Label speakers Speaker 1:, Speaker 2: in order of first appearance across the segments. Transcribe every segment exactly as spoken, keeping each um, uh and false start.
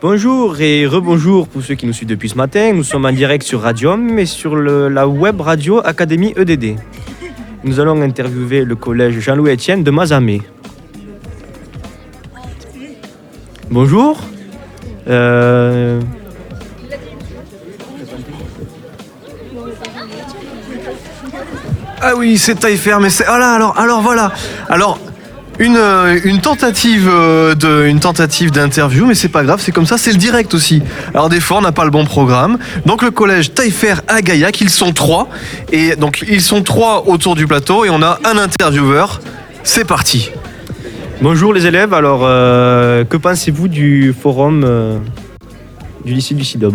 Speaker 1: Bonjour et rebonjour pour ceux qui nous suivent depuis ce matin. Nous sommes en direct sur Radium et sur le, la web radio Académie E D D. Nous allons interviewer le collège Jean-Louis Etienne de Mazamet. Bonjour. Euh...
Speaker 2: Ah oui, c'est taille ferme, mais c'est... Ah là, alors, alors voilà. Alors, une, une tentative de, une tentative d'interview, mais c'est pas grave, c'est comme ça, c'est le direct aussi. Alors des fois, on n'a pas le bon programme. Donc le collège Taillefer à Gaillac, ils sont trois. Et donc, ils sont trois autour du plateau et on a un intervieweur. C'est parti.
Speaker 1: Bonjour les élèves, alors euh, que pensez-vous du forum euh, du lycée du Sidobre ?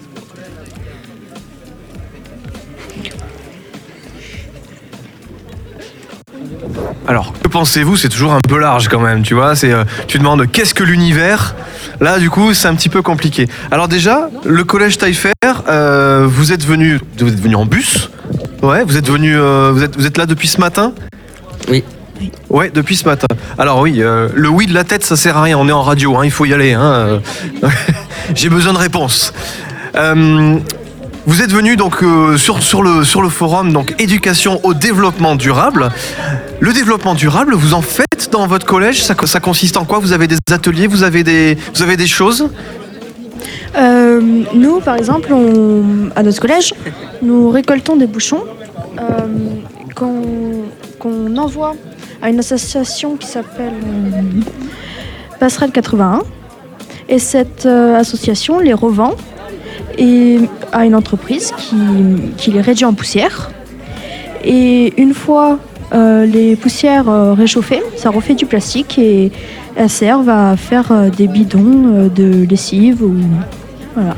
Speaker 2: Alors, que pensez-vous ? C'est toujours un peu large quand même, tu vois. C'est, euh, tu demandes qu'est-ce que l'univers ? Là, du coup, c'est un petit peu compliqué. Alors déjà, le collège Taillefer, euh, vous êtes venu, vous êtes venu en bus ? Ouais, vous êtes venu, euh, vous êtes, vous êtes là depuis ce matin ?
Speaker 3: Oui.
Speaker 2: Ouais, depuis ce matin. Alors oui, euh, le oui de la tête, ça sert à rien. On est en radio, hein, il faut y aller. Hein. J'ai besoin de réponses. Euh, vous êtes venu donc euh, sur, sur, le, sur le forum donc éducation au développement durable. Le développement durable, vous en faites dans votre collège ? Ça, ça consiste en quoi ? Vous avez des ateliers ? Vous avez des, vous avez des choses ?
Speaker 4: Euh, nous, par exemple, on, à notre collège, nous récoltons des bouchons euh, qu'on, qu'on envoie à une association qui s'appelle euh, Passerelle quatre-vingt-un. Et cette euh, association les revend et à une entreprise qui, qui les réduit en poussière. Et une fois euh, les poussières euh, réchauffées, ça refait du plastique et elles servent à faire euh, des bidons euh, de lessive. Ou, voilà.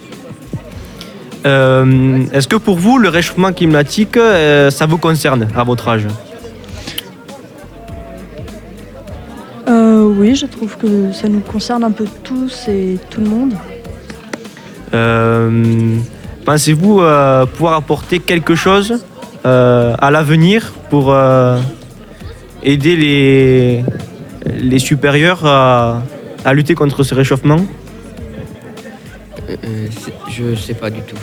Speaker 1: Euh, est-ce que pour vous, le réchauffement climatique, euh, ça vous concerne à votre âge ?
Speaker 4: Euh, oui, je trouve que ça nous concerne un peu tous et tout le monde.
Speaker 1: Euh, pensez-vous euh, pouvoir apporter quelque chose euh, à l'avenir pour euh, aider les, les supérieurs à, à lutter contre ce réchauffement ?
Speaker 3: Euh, je ne sais pas du tout.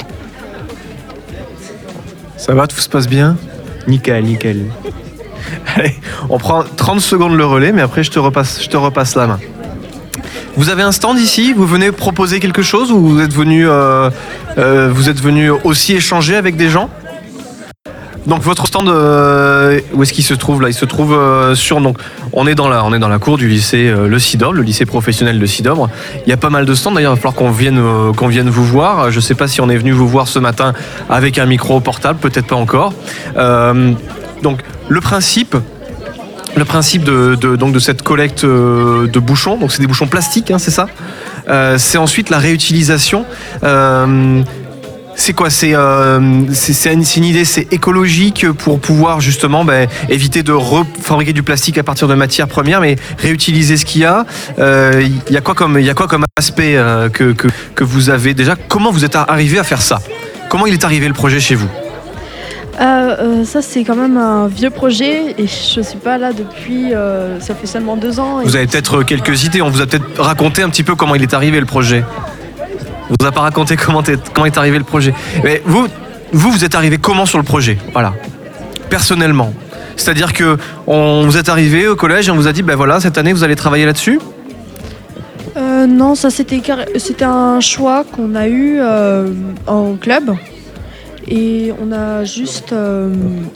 Speaker 2: Ça va, tout se passe bien ?
Speaker 1: Nickel, nickel.
Speaker 2: Allez, on prend trente secondes le relais, mais après je te repasse, je te repasse la main. Vous avez un stand ici ? Vous venez proposer quelque chose ou vous êtes venu, euh, euh, vous êtes venu aussi échanger avec des gens ? Donc votre stand, euh, où est-ce qu'il se trouve là ? Il se trouve euh, sur, donc on est dans la, on est dans la cour du lycée euh, Le Sidobre, le lycée professionnel de Sidobre. Il y a pas mal de stands. D'ailleurs, il va falloir qu'on vienne, euh, qu'on vienne vous voir. Je ne sais pas si on est venu vous voir ce matin avec un micro portable, peut-être pas encore. Euh, donc le principe. Le principe de, de, donc de cette collecte de bouchons, donc c'est des bouchons plastiques, hein, c'est ça. Euh, c'est ensuite la réutilisation. Euh, c'est quoi ? C'est, euh, c'est, c'est, une, c'est une idée, c'est écologique pour pouvoir justement ben, éviter de refabriquer du plastique à partir de matières premières, mais réutiliser ce qu'il y a. Il euh, y a quoi comme, il y a quoi comme aspect euh, que, que, que vous avez déjà ? Comment vous êtes arrivé à faire ça ? Comment il est arrivé le projet chez vous ?
Speaker 4: Euh, euh, ça, c'est quand même un vieux projet et je ne suis pas là depuis. Euh, ça fait seulement deux ans. Et
Speaker 2: vous avez peut-être quelques idées. On vous a peut-être raconté un petit peu comment il est arrivé le projet. On vous a pas raconté comment, comment est arrivé le projet. Mais vous, vous, vous êtes arrivé comment sur le projet ? Voilà. Personnellement. C'est-à-dire que on, vous êtes arrivé au collège et on vous a dit, ben voilà, cette année vous allez travailler là-dessus ?
Speaker 4: euh, Non, ça c'était, c'était un choix qu'on a eu euh, en club. Et on a juste euh,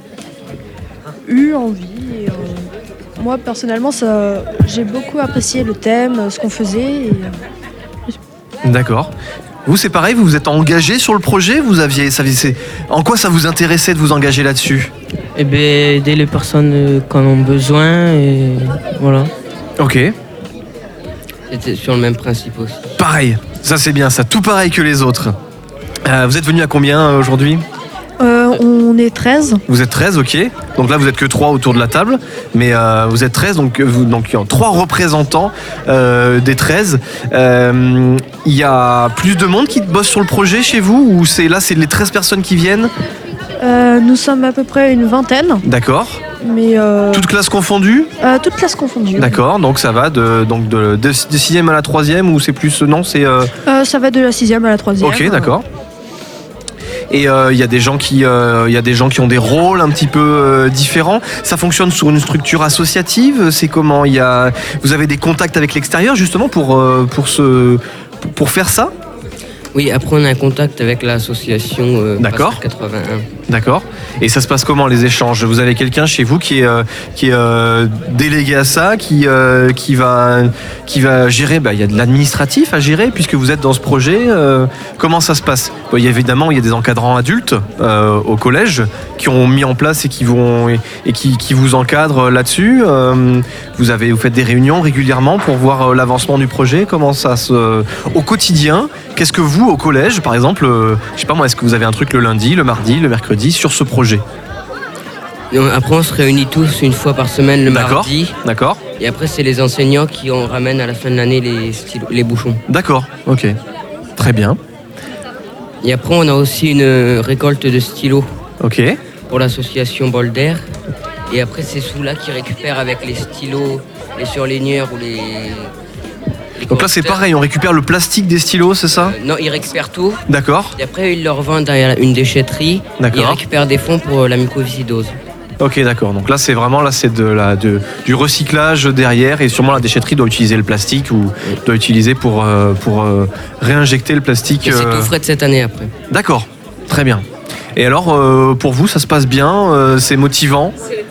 Speaker 4: eu envie. Et, euh, moi, personnellement, ça, j'ai beaucoup apprécié le thème, ce qu'on faisait. Et, euh...
Speaker 2: D'accord. Vous, c'est pareil, vous vous êtes engagé sur le projet ? Vous aviez, ça, c'est, en quoi ça vous intéressait de vous engager là-dessus ?
Speaker 3: Eh bien, aider les personnes qui en ont besoin, et voilà.
Speaker 2: Ok.
Speaker 3: C'était sur le même principe aussi.
Speaker 2: Pareil, ça c'est bien, ça, tout pareil que les autres. Euh, vous êtes venu à combien euh, aujourd'hui ?
Speaker 4: euh, On est treize.
Speaker 2: Vous êtes treize, ok. Donc là, vous êtes que trois autour de la table. Mais euh, vous êtes treize, donc, vous, donc il y a trois représentants euh, des treize. Il euh, y a plus de monde qui bosse sur le projet chez vous ? Ou c'est, là, c'est les treize personnes qui viennent ?
Speaker 4: euh, Nous sommes à peu près une vingtaine.
Speaker 2: D'accord.
Speaker 4: mais euh,
Speaker 2: Toutes classes confondues?
Speaker 4: euh, toutes classes confondues.
Speaker 2: D'accord, donc ça va de, donc de, de, de sixième à la troisième ou c'est plus... Non, c'est... euh,
Speaker 4: Euh, ça va de la sixième à la troisième.
Speaker 2: Ok, d'accord. Et il euh, y a des gens qui, il euh, y a des gens qui ont des rôles un petit peu euh, différents. Ça fonctionne sur une structure associative. C'est comment? Il y a, vous avez des contacts avec l'extérieur justement pour euh, pour ce pour faire ça?
Speaker 3: Oui, après on a un contact avec l'association euh,
Speaker 2: D'accord.
Speaker 3: Pasteur quatre-vingt-un.
Speaker 2: D'accord. Et ça se passe comment les échanges? Vous avez quelqu'un chez vous qui est euh, qui est euh, délégué à ça, qui euh, qui va qui va gérer. Bah, il y a de l'administratif à gérer puisque vous êtes dans ce projet. Euh, comment ça se passe? Bon, il y a évidemment il y a des encadrants adultes euh, au collège qui ont mis en place et qui vont et, et qui, qui vous encadrent là-dessus. Euh, vous avez vous faites des réunions régulièrement pour voir euh, l'avancement du projet. Comment ça se au quotidien? Qu'est-ce que vous au collège, par exemple, euh, je sais pas moi, est-ce que vous avez un truc le lundi, le mardi, le mercredi sur ce projet?
Speaker 3: Et on- Après on se réunit tous une fois par semaine le
Speaker 2: D'accord.
Speaker 3: mardi.
Speaker 2: D'accord.
Speaker 3: Et après c'est les enseignants qui en ramènent à la fin de l'année les, stylos- les bouchons.
Speaker 2: D'accord. Ok. Très bien.
Speaker 3: Et après on a aussi une récolte de stylos
Speaker 2: Ok.
Speaker 3: pour l'association Bolder. Et après c'est Soula qui récupère avec les stylos, les surligneurs ou les... les
Speaker 2: Donc là c'est
Speaker 3: correcteurs.
Speaker 2: pareil, on récupère le plastique des stylos, c'est ça?
Speaker 3: Euh, non, ils récupèrent tout.
Speaker 2: D'accord.
Speaker 3: Et après ils le revendent à une déchetterie.
Speaker 2: D'accord.
Speaker 3: Ils récupèrent des fonds pour la mucoviscidose.
Speaker 2: Ok, d'accord. Donc là c'est vraiment là c'est de la de, du recyclage derrière et sûrement la déchetterie doit utiliser le plastique ou doit utiliser pour euh, pour euh, réinjecter le plastique.
Speaker 3: Et c'est
Speaker 2: euh,
Speaker 3: tout frais de cette année après.
Speaker 2: D'accord. Très bien. Et alors euh, pour vous ça se passe bien, euh, c'est motivant?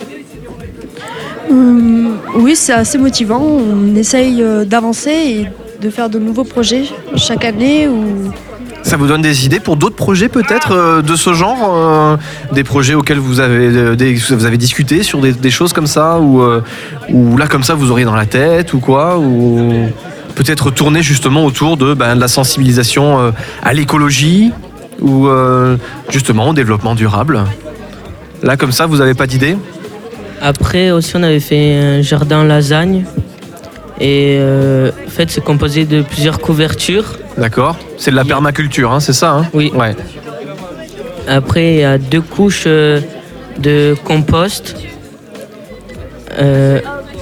Speaker 4: Hum, oui, c'est assez motivant. On essaye euh, d'avancer et de faire de nouveaux projets chaque année. Ou...
Speaker 2: Ça vous donne des idées pour d'autres projets peut-être euh, de ce genre, euh, des projets auxquels vous avez, euh, des- vous avez discuté sur des, des choses comme ça ou, euh, ou là comme ça vous auriez dans la tête ou quoi, ou peut-être tourner justement autour de, ben, de la sensibilisation euh, à l'écologie ou euh, justement au développement durable. Là comme ça vous n'avez pas d'idée?
Speaker 3: Après aussi on avait fait un jardin lasagne. Et euh, en fait c'est composé de plusieurs couvertures.
Speaker 2: D'accord. C'est de la permaculture, hein, c'est ça hein?
Speaker 3: Oui.
Speaker 2: Ouais.
Speaker 3: Après, il y a deux couches euh, de compost. Euh,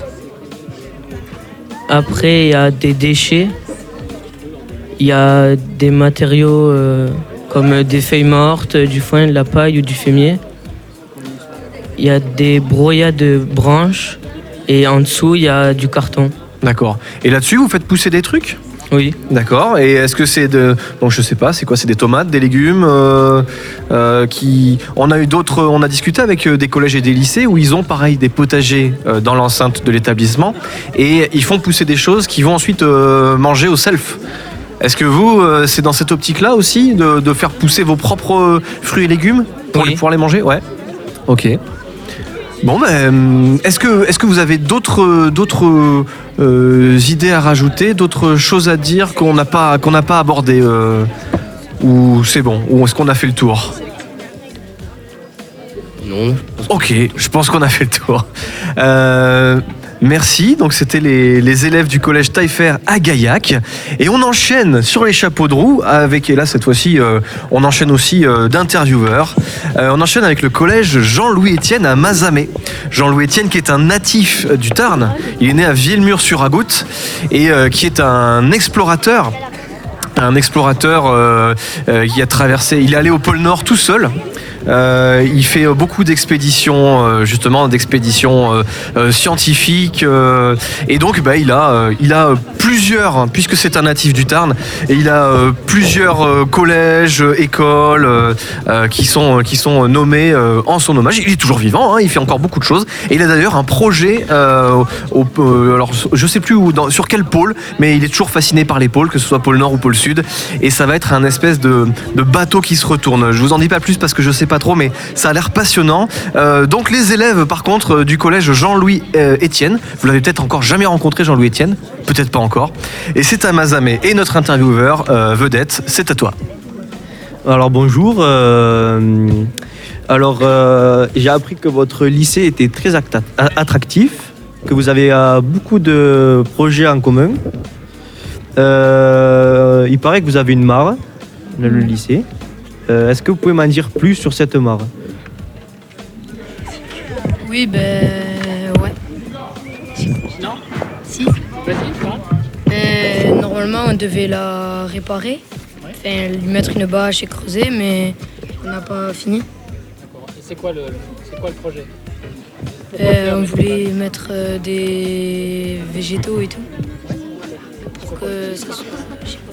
Speaker 3: après, il y a des déchets. Il y a des matériaux euh, comme des feuilles mortes, du foin, de la paille ou du fumier. Il y a des broyats de branches. Et en dessous, il y a du carton.
Speaker 2: D'accord. Et là-dessus vous faites pousser des trucs?
Speaker 3: Oui.
Speaker 2: D'accord. Et est-ce que c'est de, donc je sais pas, c'est quoi? C'est des tomates, des légumes euh, euh, qui. On a eu d'autres. On a discuté avec euh, des collèges et des lycées où ils ont pareil des potagers euh, dans l'enceinte de l'établissement et ils font pousser des choses qui vont ensuite euh, manger au self. Est-ce que vous, euh, c'est dans cette optique-là aussi de, de faire pousser vos propres euh, fruits et légumes pour
Speaker 3: Oui.
Speaker 2: les, pouvoir les manger? Ouais. Ok. Bon, ben, est-ce que, est-ce que vous avez d'autres, d'autres euh, idées à rajouter, d'autres choses à dire qu'on n'a pas, qu'on n'a pas abordées euh, ou c'est bon? Ou est-ce qu'on a fait le tour?
Speaker 3: Non.
Speaker 2: Ok, je pense qu'on a fait le tour. Euh, merci. Donc c'était les, les élèves du collège Taillefer à Gaillac. Et on enchaîne sur les chapeaux de roue avec, et là cette fois-ci, euh, on enchaîne aussi euh, d'intervieweurs. Euh, on enchaîne avec le collège Jean-Louis Etienne à Mazamet. Jean-Louis Etienne qui est un natif euh, du Tarn. Il est né à Villemur-sur-Agout et euh, qui est un explorateur. Un explorateur euh, euh, qui a traversé, il est allé au pôle Nord tout seul. Euh, il fait euh, beaucoup d'expéditions, euh, justement d'expéditions euh, euh, scientifiques, euh, et donc bah, il a, euh, il a euh, plusieurs, hein, puisque c'est un natif du Tarn, et il a euh, plusieurs euh, collèges, euh, écoles euh, euh, qui sont qui sont nommés euh, en son hommage. Il est toujours vivant, hein, il fait encore beaucoup de choses, et il a d'ailleurs un projet. Euh, au, euh, alors je sais plus où, dans, sur quel pôle, mais il est toujours fasciné par les pôles, que ce soit pôle Nord ou pôle Sud, et ça va être un espèce de, de bateau qui se retourne. Je vous en dis pas plus parce que je sais pas trop, mais ça a l'air passionnant. Euh, donc les élèves par contre euh, du collège Jean-Louis euh, Etienne, vous l'avez peut-être encore jamais rencontré Jean-Louis Etienne, peut-être pas encore, et c'est à Mazamet, et notre intervieweur euh, vedette, c'est à toi.
Speaker 1: Alors bonjour. euh, alors euh, j'ai appris que votre lycée était très acta- attractif, que vous avez euh, beaucoup de projets en commun. Euh, il paraît que vous avez une mare dans le lycée. Euh, est-ce que vous pouvez m'en dire plus sur cette mare?
Speaker 5: Oui, ben ouais.
Speaker 6: Non.
Speaker 5: Si.
Speaker 6: Vas-y, toi.
Speaker 5: Euh, normalement, on devait la réparer, enfin, lui mettre une bâche et creuser, mais on n'a pas fini.
Speaker 6: D'accord. Et c'est quoi le, c'est quoi le projet?
Speaker 5: Euh, on voulait mettre euh, des végétaux et tout pour que ça soit. je sais pas.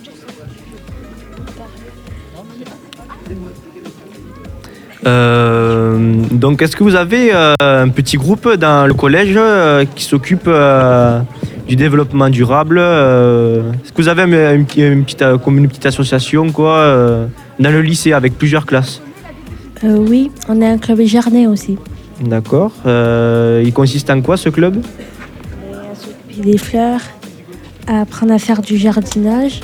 Speaker 1: Euh, donc, est-ce que vous avez euh, un petit groupe dans le collège euh, qui s'occupe euh, du développement durable euh, Est-ce que vous avez un- une, une petite, euh, comme une petite association quoi, euh, dans le lycée avec plusieurs classes?
Speaker 7: Euh, oui, on a un club jardin aussi.
Speaker 1: D'accord. Euh, il consiste en quoi ce club?
Speaker 7: À s'occuper des fleurs, à apprendre à faire du jardinage.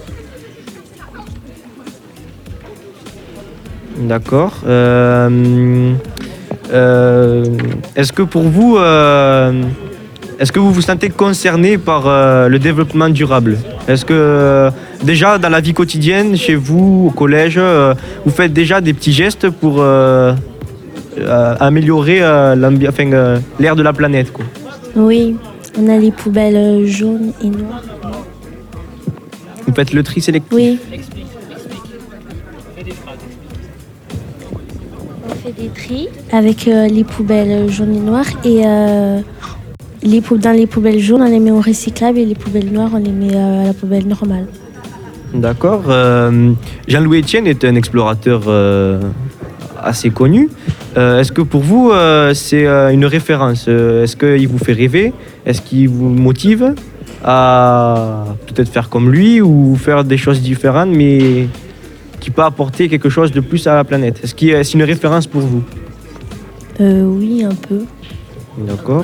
Speaker 1: D'accord. Euh, euh, est-ce que pour vous, euh, est-ce que vous vous sentez concerné par euh, le développement durable? Est-ce que euh, déjà dans la vie quotidienne, chez vous, au collège, euh, vous faites déjà des petits gestes pour euh, euh, améliorer euh, l'ambi- enfin, euh, l'air de la planète, quoi?
Speaker 7: Oui, on a les poubelles jaunes et noires.
Speaker 1: Vous faites le tri sélectif?
Speaker 7: Oui,
Speaker 6: Explique, explique. Fais des phrases, explique.
Speaker 7: on fait des tris avec euh, les poubelles jaunes et noires. Et euh, les pou- dans les poubelles jaunes, on les met au recyclable et les poubelles noires, on les met euh, à la poubelle normale.
Speaker 1: D'accord. Euh, Jean-Louis Etienne est un explorateur euh, assez connu. Euh, est-ce que pour vous, euh, c'est euh, une référence? Euh, Est-ce qu'il vous fait rêver? Est-ce qu'il vous motive à peut-être faire comme lui ou faire des choses différentes, mais qui peut apporter quelque chose de plus à la planète? Est-ce qu'il y a- c'est une référence pour vous?
Speaker 7: Euh, oui, un peu.
Speaker 1: D'accord.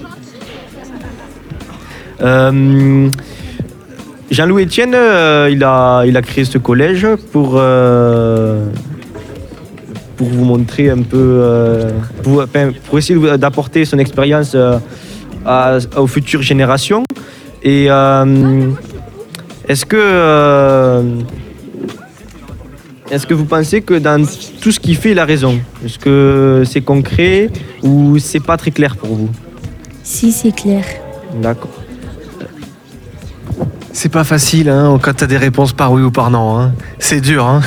Speaker 1: Euh, Jean-Louis Etienne, euh, il, a, il a créé ce collège pour, euh, pour vous montrer un peu, euh, pour, enfin, pour essayer de- d'apporter son expérience euh, à- aux futures générations. Et euh, est-ce que, euh, est-ce que vous pensez que dans tout ce qu'il fait, il a raison? Est-ce que c'est concret ou c'est pas très clair pour vous?
Speaker 7: Si, c'est clair.
Speaker 1: D'accord.
Speaker 2: C'est pas facile hein, quand t'as des réponses par oui ou par non. Hein. C'est dur. Hein.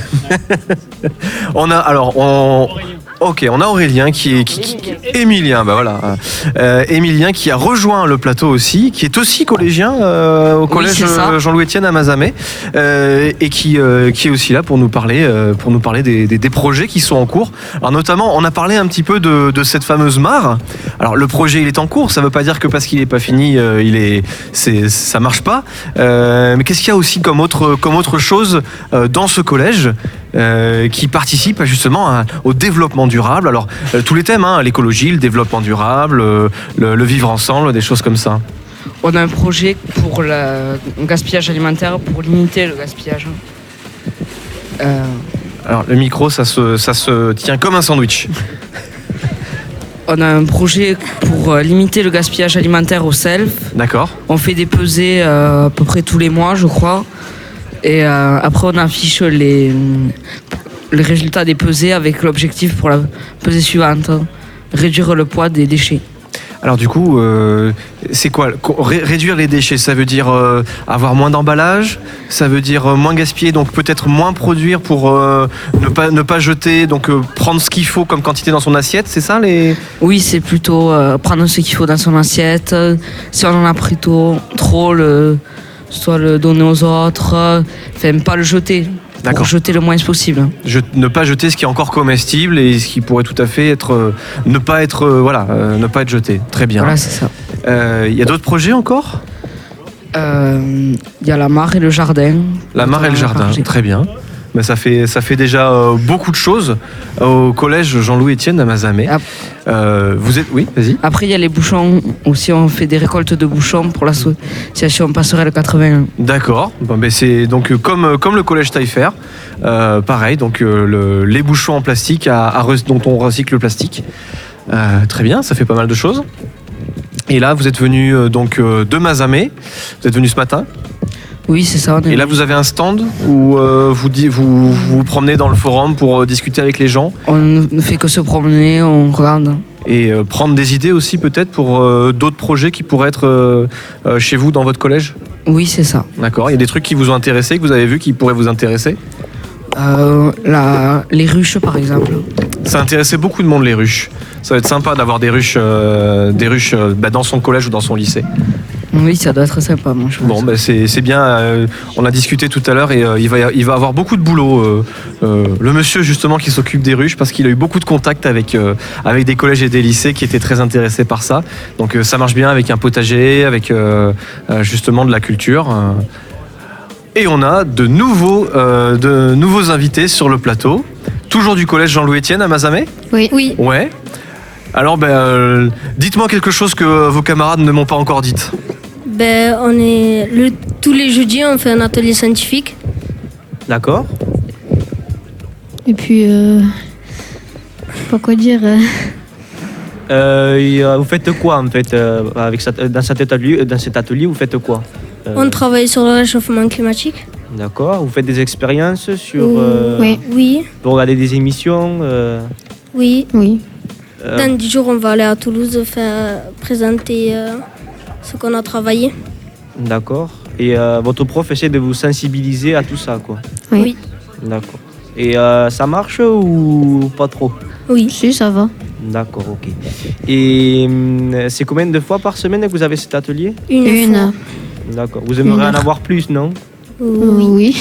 Speaker 2: on a alors on. Ok, on a Aurélien qui est qui, qui- qui- Émilien, bah voilà, Euh, Émilien qui a rejoint le plateau aussi, qui est aussi collégien euh, au
Speaker 8: Oui,
Speaker 2: collège
Speaker 8: c'est ça.
Speaker 2: euh, Jean-Louis Etienne à Mazamet, euh, et qui euh, qui est aussi là pour nous parler euh, pour nous parler des, des- des projets qui sont en cours. Alors notamment, on a parlé un petit peu de, de cette fameuse mare. Alors le projet il est en cours, ça veut pas dire que parce qu'il est pas fini, euh, il est c'est ça marche pas. Euh, mais qu'est-ce qu'il y a aussi comme autre comme autre chose euh, dans ce collège? Euh, qui participe justement à- au développement durable. Alors, euh, tous les thèmes, hein, l'écologie, le développement durable, euh, le, le vivre ensemble, des choses comme ça.
Speaker 8: On a un projet pour le gaspillage alimentaire, pour limiter le gaspillage. Euh,
Speaker 2: Alors, le micro, ça se, ça se tient comme un sandwich.
Speaker 8: on a un projet pour euh, limiter le gaspillage alimentaire au self.
Speaker 2: D'accord.
Speaker 8: On fait des pesées euh, à peu près tous les mois, je crois. Et euh, après, on affiche les, les résultats des pesées avec l'objectif pour la pesée suivante, réduire le poids des déchets.
Speaker 2: Alors, du coup, euh, c'est quoi Co- ré- Réduire les déchets, ça veut dire euh, avoir moins d'emballage, ça veut dire euh, moins gaspiller, donc peut-être moins produire pour euh, ne, pas, ne pas jeter, donc euh, prendre ce qu'il faut comme quantité dans son assiette, c'est ça les...
Speaker 8: Oui, c'est plutôt euh, prendre ce qu'il faut dans son assiette. euh, Si on en a pris trop, trop le, soit le donner aux autres, euh, enfin pas le jeter.
Speaker 2: D'accord.
Speaker 8: Pour jeter le moins possible.
Speaker 2: Je, ne pas jeter ce qui est encore comestible et ce qui pourrait tout à fait être... euh, ne pas être... euh, voilà, euh, ne pas être jeté. Très bien.
Speaker 8: Voilà, c'est ça.
Speaker 2: Euh, Il y a d'autres projets encore?
Speaker 8: Euh, Il y a la mare et le jardin.
Speaker 2: La mare et le jardin,
Speaker 8: J'ai-
Speaker 2: très bien. Mais ça fait, ça fait déjà euh, beaucoup de choses au collège Jean-Louis Etienne à Mazamet.
Speaker 8: Ah.
Speaker 2: Euh, vous êtes... Oui, vas-y.
Speaker 8: Après, il y a les bouchons. Aussi, on fait des récoltes de bouchons pour l'association Passerelle quatre-vingt-un.
Speaker 2: D'accord. Bon, ben c'est donc euh, comme, euh, comme le collège Taillefer. Euh, pareil, donc euh, le- les bouchons en plastique à, à re- dont on recycle le plastique. Euh, très bien, ça fait pas mal de choses. Et là, vous êtes venu euh, donc euh, de Mazamet. Vous êtes venu ce matin.
Speaker 8: Oui, c'est ça. on est-
Speaker 2: Et là, vous avez un stand où euh, vous, di- vous vous vous promenez dans le forum pour euh, discuter avec les gens.
Speaker 8: On ne fait que se promener, on regarde.
Speaker 2: et euh, prendre des idées aussi peut-être pour euh, d'autres projets qui pourraient être euh, euh, chez vous dans votre collège.
Speaker 8: Oui, c'est ça.
Speaker 2: D'accord. Il y a des trucs qui vous ont intéressé, que vous avez vu qui pourraient vous intéresser.
Speaker 8: Euh, la, les ruches, par exemple.
Speaker 2: Ça a intéressé beaucoup de monde, les ruches. Ça va être sympa d'avoir des ruches, euh, des ruches euh, bah, dans son collège ou dans son lycée.
Speaker 8: Oui, ça doit être sympa, moi, je pense.
Speaker 2: Bon, bah, c'est, c'est bien. Euh, on a discuté tout à l'heure et euh, il, va, il va avoir beaucoup de boulot. Euh, euh, le monsieur, justement, qui s'occupe des ruches, parce qu'il a eu beaucoup de contacts avec, euh, avec des collèges et des lycées qui étaient très intéressés par ça. Donc, euh, ça marche bien avec un potager, avec euh, euh, justement de la culture. Euh. Et on a de nouveaux, euh, de nouveaux invités sur le plateau. Toujours du collège Jean-Louis Etienne à Mazamet ?
Speaker 5: Oui. Oui.
Speaker 2: Ouais. Alors, ben, euh, dites-moi quelque chose que euh, vos camarades ne m'ont pas encore dit.
Speaker 5: Ben, on est le, tous les jeudis, on fait un atelier scientifique.
Speaker 1: D'accord.
Speaker 9: Et puis, euh, je sais pas quoi dire. euh.
Speaker 1: Euh, et, euh, vous faites quoi en fait euh, avec cette- dans, cet atelier, dans cet atelier, vous faites quoi Euh,
Speaker 5: On travaille sur le réchauffement climatique.
Speaker 1: D'accord. Vous faites des expériences sur euh,
Speaker 9: Oui.
Speaker 5: Oui.
Speaker 1: pour regarder des émissions. euh,
Speaker 5: Oui.
Speaker 9: Oui.
Speaker 1: euh,
Speaker 5: Dans dix jours, on va aller à Toulouse faire présenter euh, ce qu'on a travaillé.
Speaker 1: D'accord. Et euh, votre prof essaie de vous sensibiliser à tout ça, quoi.
Speaker 9: Oui.
Speaker 5: Oui.
Speaker 1: D'accord. Et euh, ça marche ou pas trop?
Speaker 5: Oui.
Speaker 9: Si, ça va.
Speaker 1: D'accord, ok. Et hum, c'est combien de fois par semaine que vous avez cet atelier?
Speaker 5: Une,
Speaker 9: Une.
Speaker 5: fois.
Speaker 1: D'accord. Vous aimeriez
Speaker 9: Une
Speaker 1: en
Speaker 9: heure.
Speaker 1: avoir plus, non?
Speaker 5: Oui.
Speaker 9: Oui.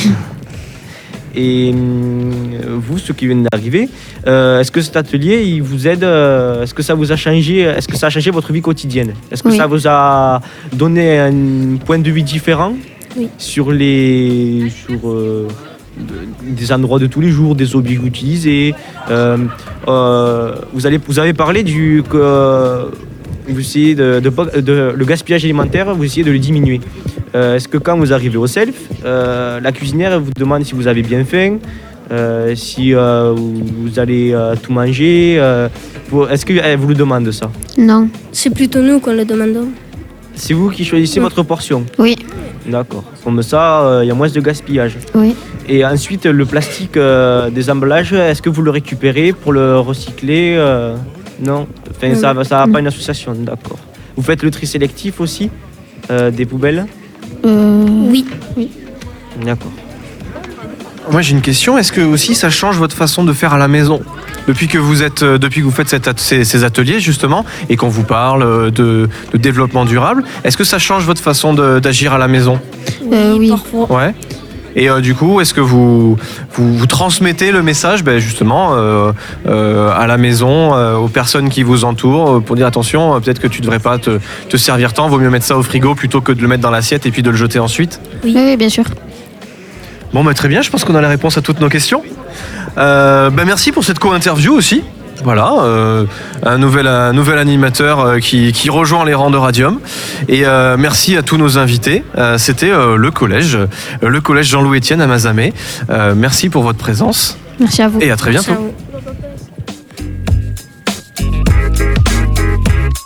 Speaker 1: Et hum, vous, ceux qui viennent d'arriver, euh, est-ce que cet atelier, il vous aide euh, Est-ce que ça vous a changé Est-ce que ça a changé votre vie quotidienne? Est-ce que
Speaker 9: Oui.
Speaker 1: ça vous a donné un point de vue différent
Speaker 5: Oui.
Speaker 1: sur les sur euh, de- des endroits de tous les jours, des objets que vous utilisez? Euh, euh, vous allez vous avez parlé du que euh, vous essayez de, de pas- de- le gaspillage alimentaire, vous essayez de le diminuer. Euh, Est-ce que quand vous arrivez au self, euh, la cuisinière vous demande si vous avez bien faim, euh, si euh, vous, vous allez euh, tout manger, euh, pour- est-ce qu'elle vous le demande ça?
Speaker 9: Non.
Speaker 5: C'est plutôt nous qu'on le demande.
Speaker 1: C'est vous qui choisissez
Speaker 5: Oui.
Speaker 1: votre portion?
Speaker 9: Oui.
Speaker 1: D'accord. Comme ça, il y a moins de gaspillage.
Speaker 9: Oui.
Speaker 1: Et ensuite, le plastique euh, des emballages, est-ce que vous le récupérez pour le recycler? euh, Non. Enfin,
Speaker 5: Non.
Speaker 1: ça ça n'a pas une association, d'accord. Vous faites le tri sélectif aussi euh, des poubelles?
Speaker 9: Euh,
Speaker 5: Oui.
Speaker 1: D'accord.
Speaker 2: Moi, j'ai une question. Est-ce que aussi ça change votre façon de faire à la maison depuis que vous êtes, euh, depuis que vous faites cette at- ces, ces ateliers justement et qu'on vous parle euh, de, de développement durable, est-ce que ça change votre façon de- d'agir à la maison?
Speaker 9: Euh, oui.
Speaker 5: Parfois.
Speaker 2: Ouais. Et euh, du coup, est-ce que vous, vous, vous transmettez le message ben, justement euh, euh, à la maison, euh, aux personnes qui vous entourent, euh, pour dire attention, euh, peut-être que tu devrais pas te, te servir tant, vaut mieux mettre ça au frigo plutôt que de le mettre dans l'assiette et puis de le jeter ensuite?
Speaker 9: Oui, oui, bien sûr.
Speaker 2: Bon, bah, très bien, je pense qu'on a la réponse à toutes nos questions. Euh, bah, merci pour cette co-interview aussi. Voilà, euh, un, nouvel, un nouvel animateur euh, qui, qui rejoint les rangs de Radium. Et euh, merci à tous nos invités. Euh, C'était euh, le collège, euh, le collège Jean-Louis Etienne à Mazamet. Euh, merci pour votre présence
Speaker 9: Merci à vous.
Speaker 2: et à très bientôt.
Speaker 5: Merci à vous.